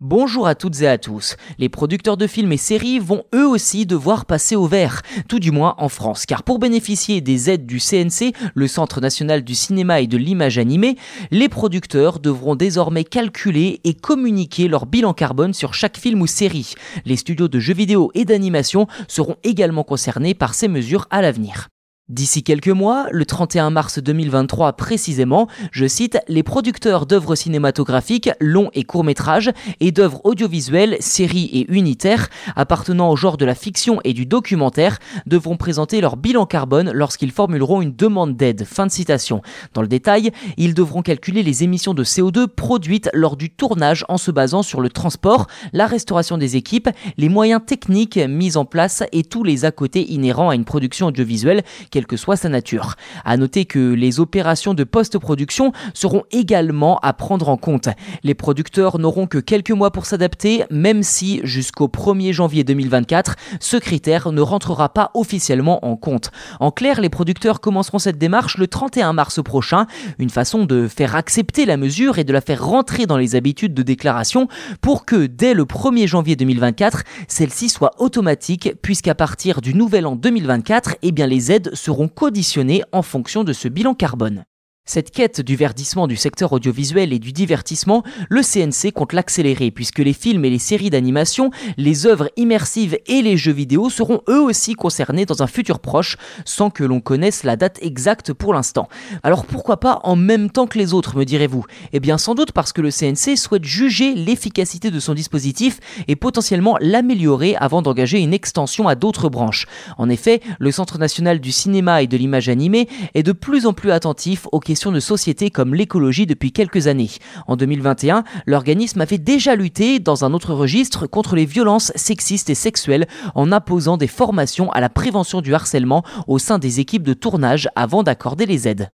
Bonjour à toutes et à tous. Les producteurs de films et séries vont eux aussi devoir passer au vert, tout du moins en France, car pour bénéficier des aides du CNC, le Centre national du cinéma et de l'image animée, les producteurs devront désormais calculer et communiquer leur bilan carbone sur chaque film ou série. Les studios de jeux vidéo et d'animation seront également concernés par ces mesures à l'avenir. D'ici quelques mois, le 31 mars 2023 précisément, je cite, les producteurs d'œuvres cinématographiques, longs et courts-métrages, et d'œuvres audiovisuelles, séries et unitaires, appartenant au genre de la fiction et du documentaire, devront présenter leur bilan carbone lorsqu'ils formuleront une demande d'aide. Fin de citation. Dans le détail, ils devront calculer les émissions de CO2 produites lors du tournage en se basant sur le transport, la restauration des équipes, les moyens techniques mis en place et tous les à côté inhérents à une production audiovisuelle, quelle que soit sa nature. À noter que les opérations de post-production seront également à prendre en compte. Les producteurs n'auront que quelques mois pour s'adapter, même si jusqu'au 1er janvier 2024, ce critère ne rentrera pas officiellement en compte. En clair, les producteurs commenceront cette démarche le 31 mars prochain, une façon de faire accepter la mesure et de la faire rentrer dans les habitudes de déclaration pour que dès le 1er janvier 2024, celle-ci soit automatique puisqu'à partir du nouvel an 2024, les aides seront conditionnées en fonction de ce bilan carbone. Cette quête du verdissement du secteur audiovisuel et du divertissement, le CNC compte l'accélérer puisque les films et les séries d'animation, les œuvres immersives et les jeux vidéo seront eux aussi concernés dans un futur proche sans que l'on connaisse la date exacte pour l'instant. Alors pourquoi pas en même temps que les autres, me direz-vous ? Eh bien sans doute parce que le CNC souhaite juger l'efficacité de son dispositif et potentiellement l'améliorer avant d'engager une extension à d'autres branches. En effet, le Centre national du cinéma et de l'image animée est de plus en plus attentif aux questions de société comme l'écologie depuis quelques années. En 2021, l'organisme avait déjà lutté dans un autre registre contre les violences sexistes et sexuelles en imposant des formations à la prévention du harcèlement au sein des équipes de tournage avant d'accorder les aides.